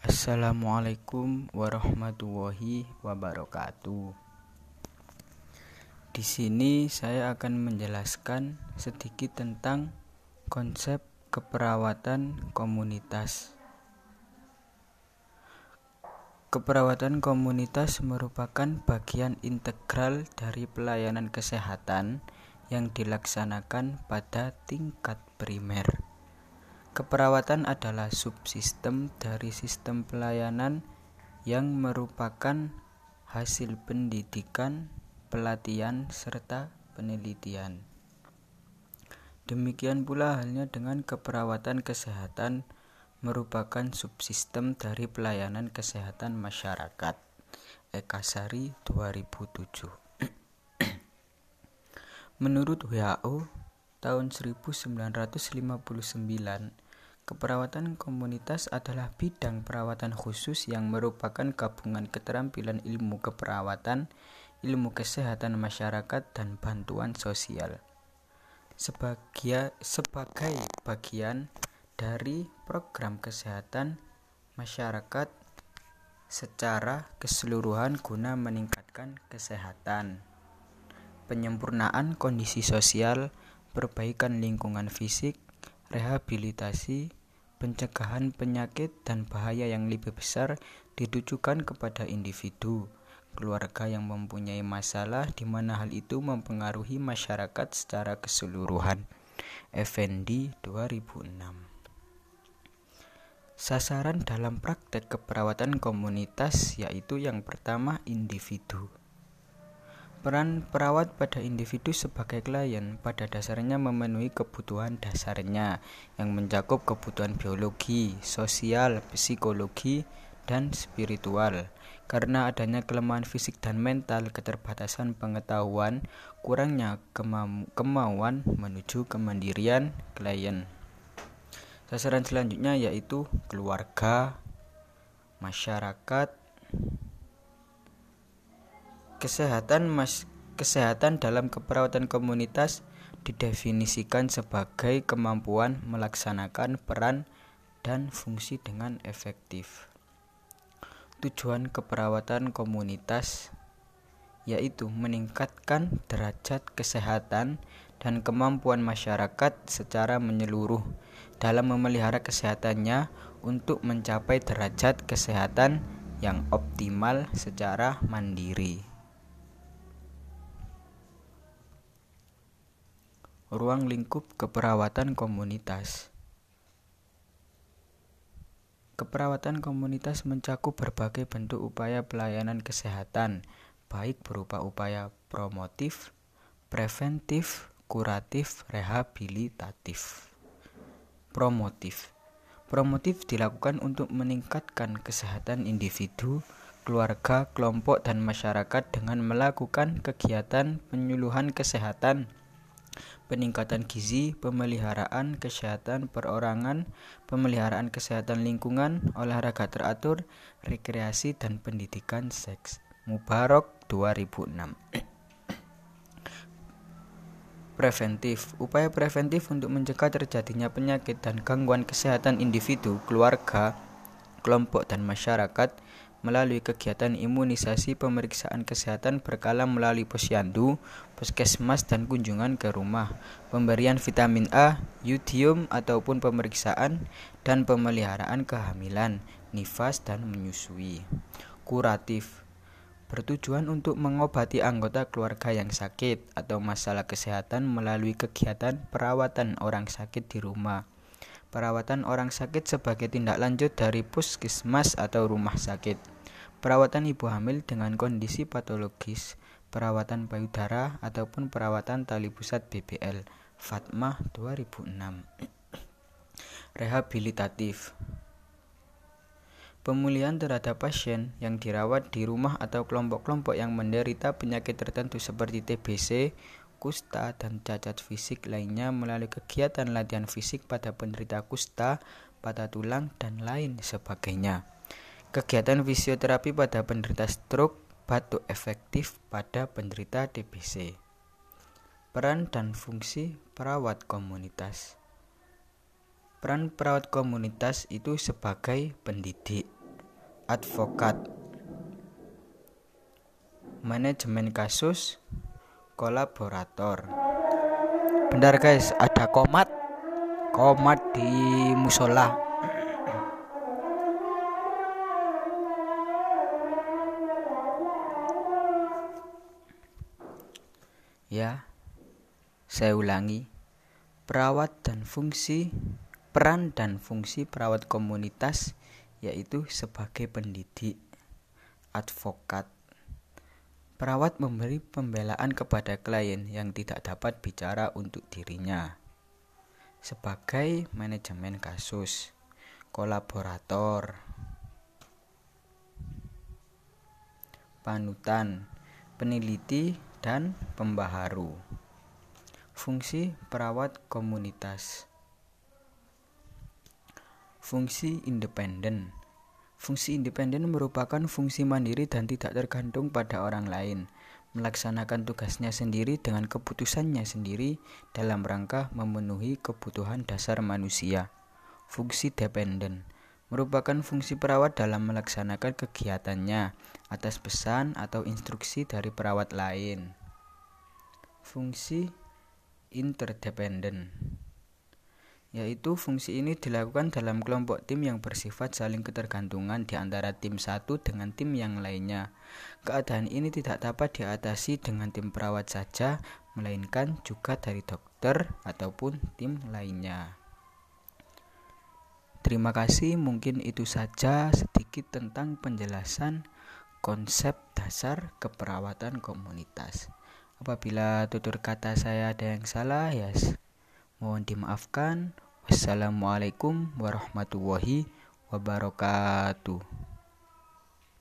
Assalamualaikum warahmatullahi wabarakatuh. Di sini saya akan menjelaskan sedikit tentang konsep keperawatan komunitas. Keperawatan komunitas merupakan bagian integral dari pelayanan kesehatan yang dilaksanakan pada tingkat primer. Keperawatan adalah subsistem dari sistem pelayanan yang merupakan hasil pendidikan, pelatihan, serta penelitian. Demikian pula halnya dengan keperawatan kesehatan merupakan subsistem dari pelayanan kesehatan masyarakat. Eka Sari 2007. Menurut WHO, tahun 1959, keperawatan komunitas adalah bidang perawatan khusus yang merupakan gabungan keterampilan ilmu keperawatan, ilmu kesehatan masyarakat, dan bantuan sosial. Sebagai bagian dari program kesehatan masyarakat secara keseluruhan guna meningkatkan kesehatan, penyempurnaan kondisi sosial, perbaikan lingkungan fisik, rehabilitasi, pencegahan penyakit dan bahaya yang lebih besar ditujukan kepada individu, keluarga yang mempunyai masalah di mana hal itu mempengaruhi masyarakat secara keseluruhan. Effendi 2006. Sasaran dalam praktek keperawatan komunitas yaitu yang pertama individu. Peran perawat pada individu sebagai klien pada dasarnya memenuhi kebutuhan dasarnya yang mencakup kebutuhan biologi, sosial, psikologi, dan spiritual. Karena adanya kelemahan fisik dan mental, keterbatasan pengetahuan, kurangnya kemauan menuju kemandirian klien. Sasaran selanjutnya yaitu keluarga, masyarakat. Kesehatan dalam keperawatan komunitas didefinisikan sebagai kemampuan melaksanakan peran dan fungsi dengan efektif. Tujuan keperawatan komunitas yaitu meningkatkan derajat kesehatan dan kemampuan masyarakat secara menyeluruh dalam memelihara kesehatannya untuk mencapai derajat kesehatan yang optimal secara mandiri. Ruang lingkup keperawatan komunitas. Keperawatan komunitas mencakup berbagai bentuk upaya pelayanan kesehatan, baik berupa upaya promotif, preventif, kuratif, rehabilitatif. Promotif dilakukan untuk meningkatkan kesehatan individu, keluarga, kelompok, dan masyarakat dengan melakukan kegiatan penyuluhan kesehatan, peningkatan gizi, pemeliharaan kesehatan perorangan, pemeliharaan kesehatan lingkungan, olahraga teratur, rekreasi, dan pendidikan seks. Mubarak 2006. Preventif. Upaya preventif untuk mencegah terjadinya penyakit dan gangguan kesehatan individu, keluarga, kelompok, dan masyarakat melalui kegiatan imunisasi, pemeriksaan kesehatan berkala melalui posyandu, puskesmas, dan kunjungan ke rumah, pemberian vitamin A, yodium ataupun pemeriksaan dan pemeliharaan kehamilan, nifas, dan menyusui. Kuratif bertujuan untuk mengobati anggota keluarga yang sakit atau masalah kesehatan melalui kegiatan perawatan orang sakit di rumah. Perawatan orang sakit sebagai tindak lanjut dari puskesmas atau rumah sakit. Perawatan ibu hamil dengan kondisi patologis, perawatan payudara ataupun perawatan tali pusat BBL. Fatmah 2006. Rehabilitatif. Pemulihan terhadap pasien yang dirawat di rumah atau kelompok-kelompok yang menderita penyakit tertentu seperti TBC, kusta, dan cacat fisik lainnya melalui kegiatan latihan fisik pada penderita kusta, patah tulang, dan lain sebagainya. Kegiatan fisioterapi pada penderita stroke, batuk efektif pada penderita TBC. Peran dan fungsi perawat komunitas. Peran perawat komunitas itu sebagai pendidik. advokat, manajemen kasus, kolaborator. Bentar guys, ada komat di musola. Ya, saya ulangi. Peran dan fungsi perawat komunitas yaitu sebagai pendidik, advokat. Perawat memberi pembelaan kepada klien yang tidak dapat bicara untuk dirinya. Sebagai manajemen kasus, kolaborator, panutan, peneliti, dan pembaharu. Fungsi perawat komunitas. Fungsi independen. Fungsi independen merupakan fungsi mandiri dan tidak tergantung pada orang lain, melaksanakan tugasnya sendiri dengan keputusannya sendiri dalam rangka memenuhi kebutuhan dasar manusia. Fungsi dependen merupakan fungsi perawat dalam melaksanakan kegiatannya atas pesan atau instruksi dari perawat lain. Fungsi interdependen, yaitu fungsi ini dilakukan dalam kelompok tim yang bersifat saling ketergantungan di antara tim satu dengan tim yang lainnya. Keadaan ini tidak dapat diatasi dengan tim perawat saja, melainkan juga dari dokter ataupun tim lainnya. Terima kasih, mungkin itu saja sedikit tentang penjelasan konsep dasar keperawatan komunitas. Apabila tutur kata saya ada yang salah, mohon dimaafkan. Wassalamualaikum warahmatullahi wabarakatuh.